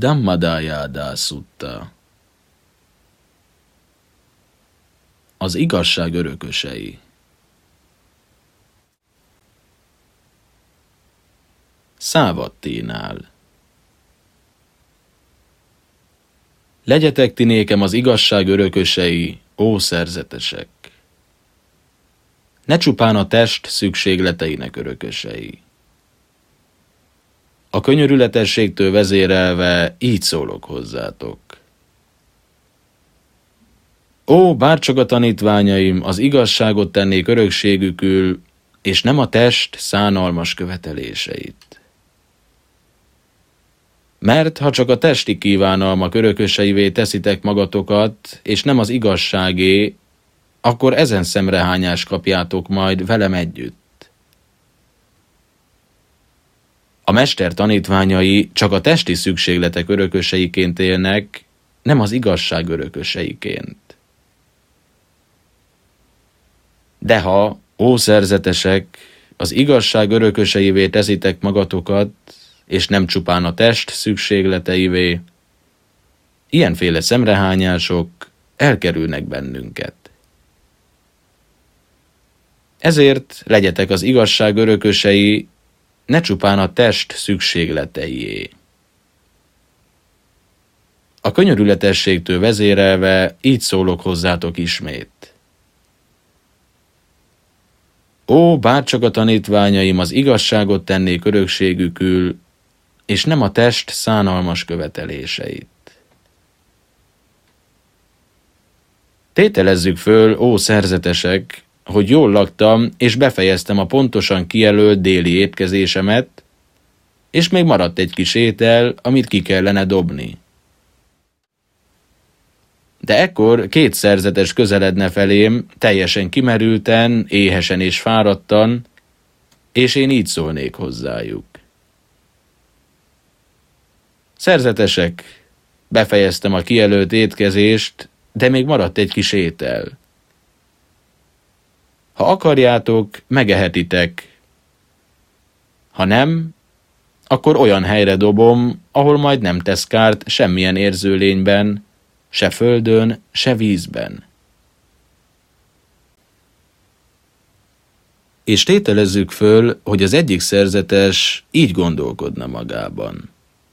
Dhammadayada Sutta. Az igazság örökösei. Szávattinál. Legyetek ti nékem az igazság örökösei, ó szerzetesek! Ne csupán a test szükségleteinek örökösei. A könyörületességtől vezérelve így szólok hozzátok. Ó, bárcsak a tanítványaim az igazságot tennék örökségükül, és nem a test szánalmas követeléseit. Mert ha csak a testi kívánalmak örököseivé teszitek magatokat, és nem az igazságé, akkor ezen szemrehányást kapjátok majd velem együtt. A mester tanítványai csak a testi szükségletek örököseiként élnek, nem az igazság örököseiként. De ha, ó szerzetesek, az igazság örököseivé teszitek magatokat, és nem csupán a test szükségleteivé, ilyenféle szemrehányások elkerülnek bennünket. Ezért legyetek az igazság örökösei, ne csupán a test szükségleteié. A könyörületességtől vezérelve így szólok hozzátok ismét. Ó, bárcsak a tanítványaim az igazságot tennék örökségükül, és nem a test szánalmas követeléseit. Tételezzük föl, ó szerzetesek, hogy jól laktam, és befejeztem a pontosan kijelölt déli étkezésemet, és még maradt egy kis étel, amit ki kellene dobni. De ekkor két szerzetes közeledne felém, teljesen kimerülten, éhesen és fáradtan, és én így szólnék hozzájuk. Szerzetesek, befejeztem a kijelölt étkezést, de még maradt egy kis étel. Ha akarjátok, megehetitek. Ha nem, akkor olyan helyre dobom, ahol majd nem tesz kárt semmilyen érző lényben, se földön, se vízben. És tételezzük föl, hogy az egyik szerzetes így gondolkodna magában.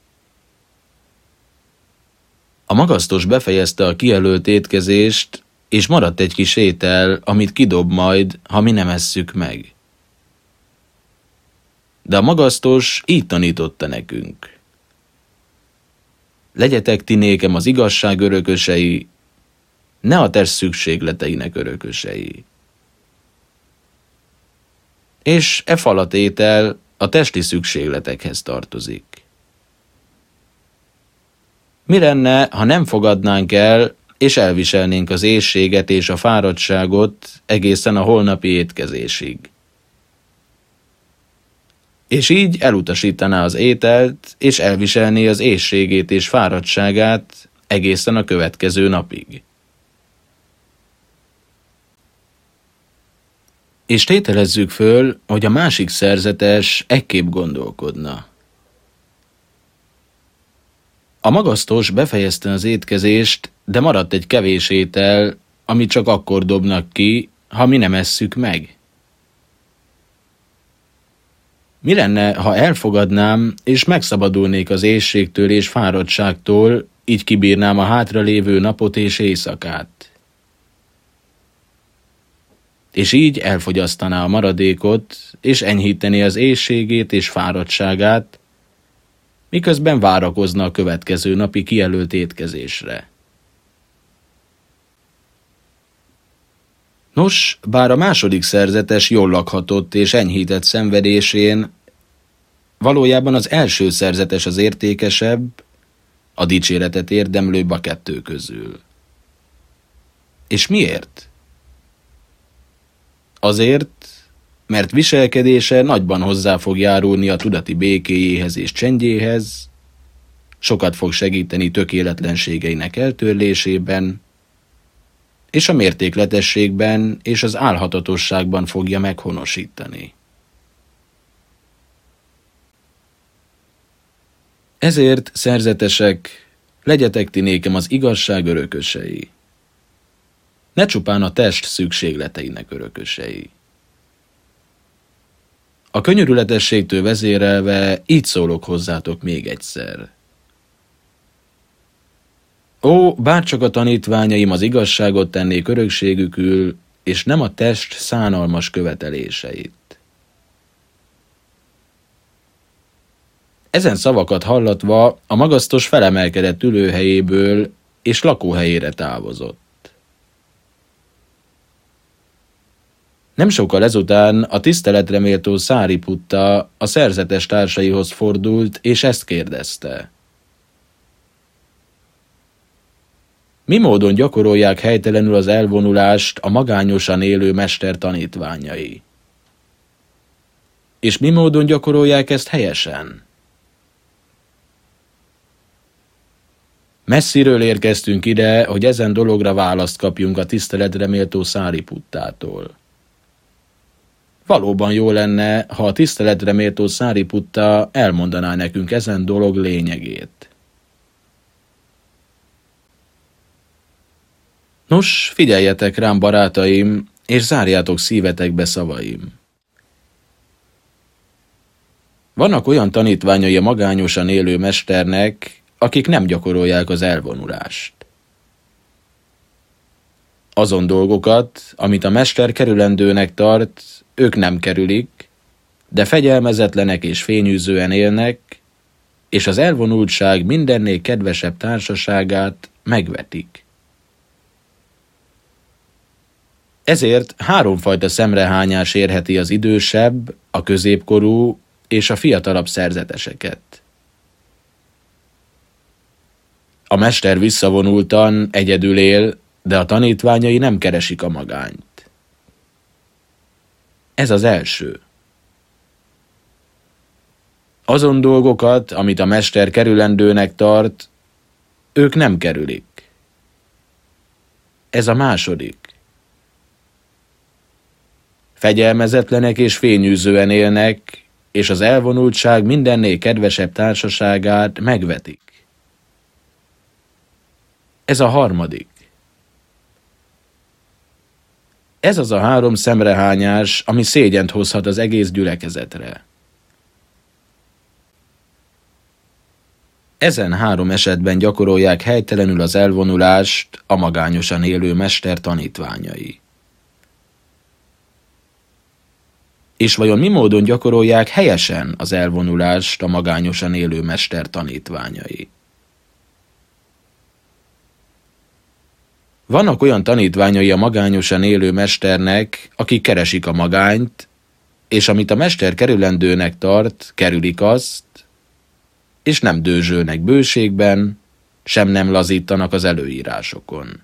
A magasztos befejezte a kijelölt étkezést, és maradt egy kis étel, amit kidob majd, ha mi nem esszük meg. De a magasztos így tanította nekünk. Legyetek ti nékem az igazság örökösei, ne a test szükségleteinek örökösei. És e falat étel a testi szükségletekhez tartozik. Mi lenne, ha nem fogadnánk el, és elviselnénk az éhséget és a fáradtságot egészen a holnapi étkezésig? És így elutasítaná az ételt, és elviselné az éhségét és fáradtságát egészen a következő napig. És tételezzük föl, hogy a másik szerzetes ekképp gondolkodna. A magasztos befejezte az étkezést, de maradt egy kevés étel, amit csak akkor dobnak ki, ha mi nem esszük meg. Mi lenne, ha elfogadnám, és megszabadulnék az éhségtől és fáradtságtól, így kibírnám a hátralévő napot és éjszakát? És így elfogyasztaná a maradékot, és enyhítené az éhségét és fáradtságát, miközben várakozna a következő napi kijelölt étkezésre. Nos, bár a második szerzetes jól lakhatott és enyhített szenvedésén, valójában az első szerzetes az értékesebb, a dicséretet érdemlőbb a kettő közül. És miért? Azért, mert viselkedése nagyban hozzá fog járulni a tudati békéjéhez és csendjéhez, sokat fog segíteni tökéletlenségeinek eltörlésében, és a mértékletességben és az álhatatosságban fogja meghonosítani. Ezért, szerzetesek, legyetek ti nékem az igazság örökösei. Ne csupán a test szükségleteinek örökösei. A könyörületességtől vezérelve így szólok hozzátok még egyszer. Ó, bárcsak a tanítványaim az igazságot tennék örökségükül, és nem a test szánalmas követeléseit. Ezen szavakat hallatva a magasztos felemelkedett ülőhelyéből és lakóhelyére távozott. Nem sokkal ezután a tiszteletre méltó Száriputta a szerzetes társaihoz fordult, és ezt kérdezte. Mi módon gyakorolják helytelenül az elvonulást a magányosan élő mester tanítványai? És mi módon gyakorolják ezt helyesen? Messziről érkeztünk ide, hogy ezen dologra választ kapjunk a tiszteletre méltó Száriputtától. Valóban jó lenne, ha a tiszteletre méltó Száriputta elmondaná nekünk ezen dolog lényegét. Nos, figyeljetek rám, barátaim, és zárjátok szívetekbe szavaim. Vannak olyan tanítványai a magányosan élő mesternek, akik nem gyakorolják az elvonulást. Azon dolgokat, amit a mester kerülendőnek tart, ők nem kerülik, de fegyelmezetlenek és fényűzően élnek, és az elvonultság mindennél kedvesebb társaságát megvetik. Ezért háromfajta szemrehányás érheti az idősebb, a középkorú és a fiatalabb szerzeteseket. A mester visszavonultan egyedül él, de a tanítványai nem keresik a magányt. Ez az első. Azon dolgokat, amit a mester kerülendőnek tart, ők nem kerülik. Ez a második. Fegyelmezetlenek és fényűzően élnek, és az elvonultság mindennél kedvesebb társaságát megvetik. Ez a harmadik. Ez az a három szemrehányás, ami szégyent hozhat az egész gyülekezetre. Ezen három esetben gyakorolják helytelenül az elvonulást a magányosan élő mester tanítványai. És vajon mi módon gyakorolják helyesen az elvonulást a magányosan élő mester tanítványai? Vannak olyan tanítványai a magányosan élő mesternek, akik keresik a magányt, és amit a mester kerülendőnek tart, kerülik azt, és nem dőzsölnek bőségben, sem nem lazítanak az előírásokon.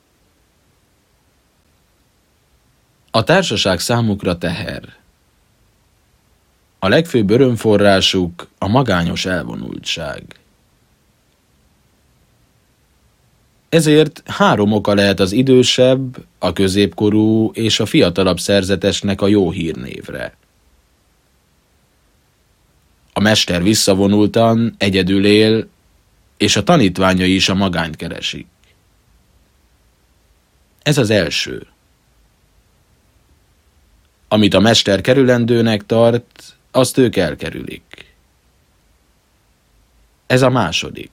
A társaság számukra teher. A legfőbb örömforrásuk a magányos elvonultság. Ezért három oka lehet az idősebb, a középkorú és a fiatalabb szerzetesnek a jó hírnévre. A mester visszavonultan, egyedül él, és a tanítványai is a magányt keresik. Ez az első. Amit a mester kerülendőnek tart, azt ők elkerülik. Ez a második.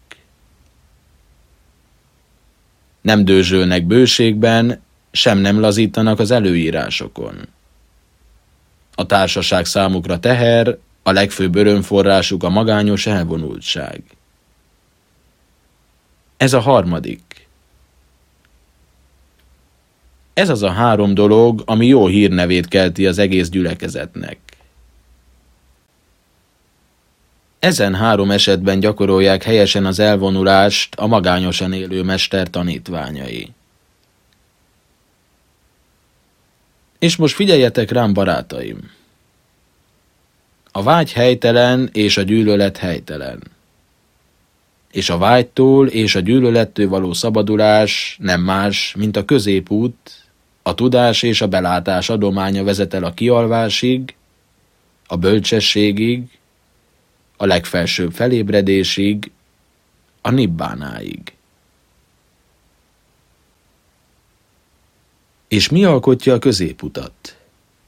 Nem dőzsölnek bőségben, sem nem lazítanak az előírásokon. A társaság számukra teher, a legfőbb örömforrásuk a magányos elvonultság. Ez a harmadik. Ez az a három dolog, ami jó hírnevét kelti az egész gyülekezetnek. Ezen három esetben gyakorolják helyesen az elvonulást a magányosan élő mester tanítványai. És most figyeljetek rám, barátaim! A vágy helytelen és a gyűlölet helytelen. És a vágytól és a gyűlölettől való szabadulás nem más, mint a középút, a tudás és a belátás adománya vezet el a kialvásig, a bölcsességig, a legfelsőbb felébredésig, a nibbánáig. És mi alkotja a középutat?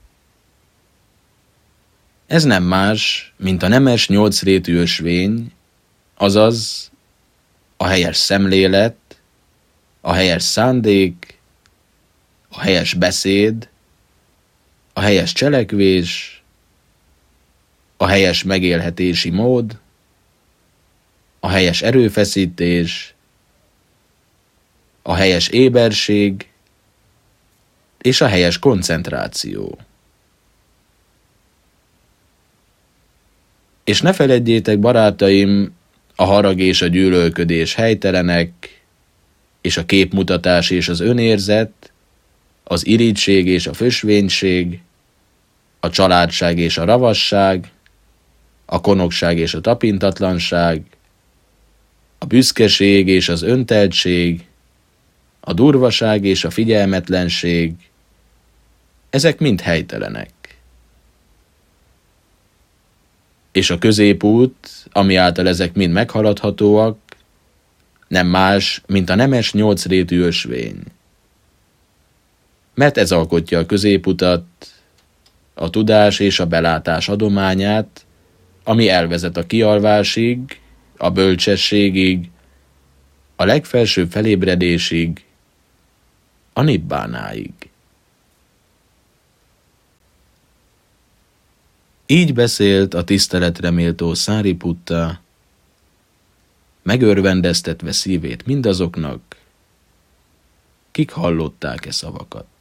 Ez nem más, mint a nemes 8 rétű ösvény, azaz a helyes szemlélet, a helyes szándék, a helyes beszéd, a helyes cselekvés, a helyes megélhetési mód, a helyes erőfeszítés, a helyes éberség és a helyes koncentráció. És ne feledjétek, barátaim, a harag és a gyűlölködés helytelenek, és a képmutatás és az önérzet, az irigység és a fösvénység, a családság és a ravasság, a konokság és a tapintatlanság, a büszkeség és az önteltség, a durvaság és a figyelmetlenség, ezek mind helytelenek. És a középút, ami által ezek mind meghaladhatóak, nem más, mint a nemes 8 rétű ösvény. Mert ez alkotja a középutat, a tudás és a belátás adományát, ami elvezet a kialvásig, a bölcsességig, a legfelsőbb felébredésig, a nibbánáig. Így beszélt a tiszteletre méltó Száriputta, megörvendeztetve szívét mindazoknak, kik hallották e szavakat.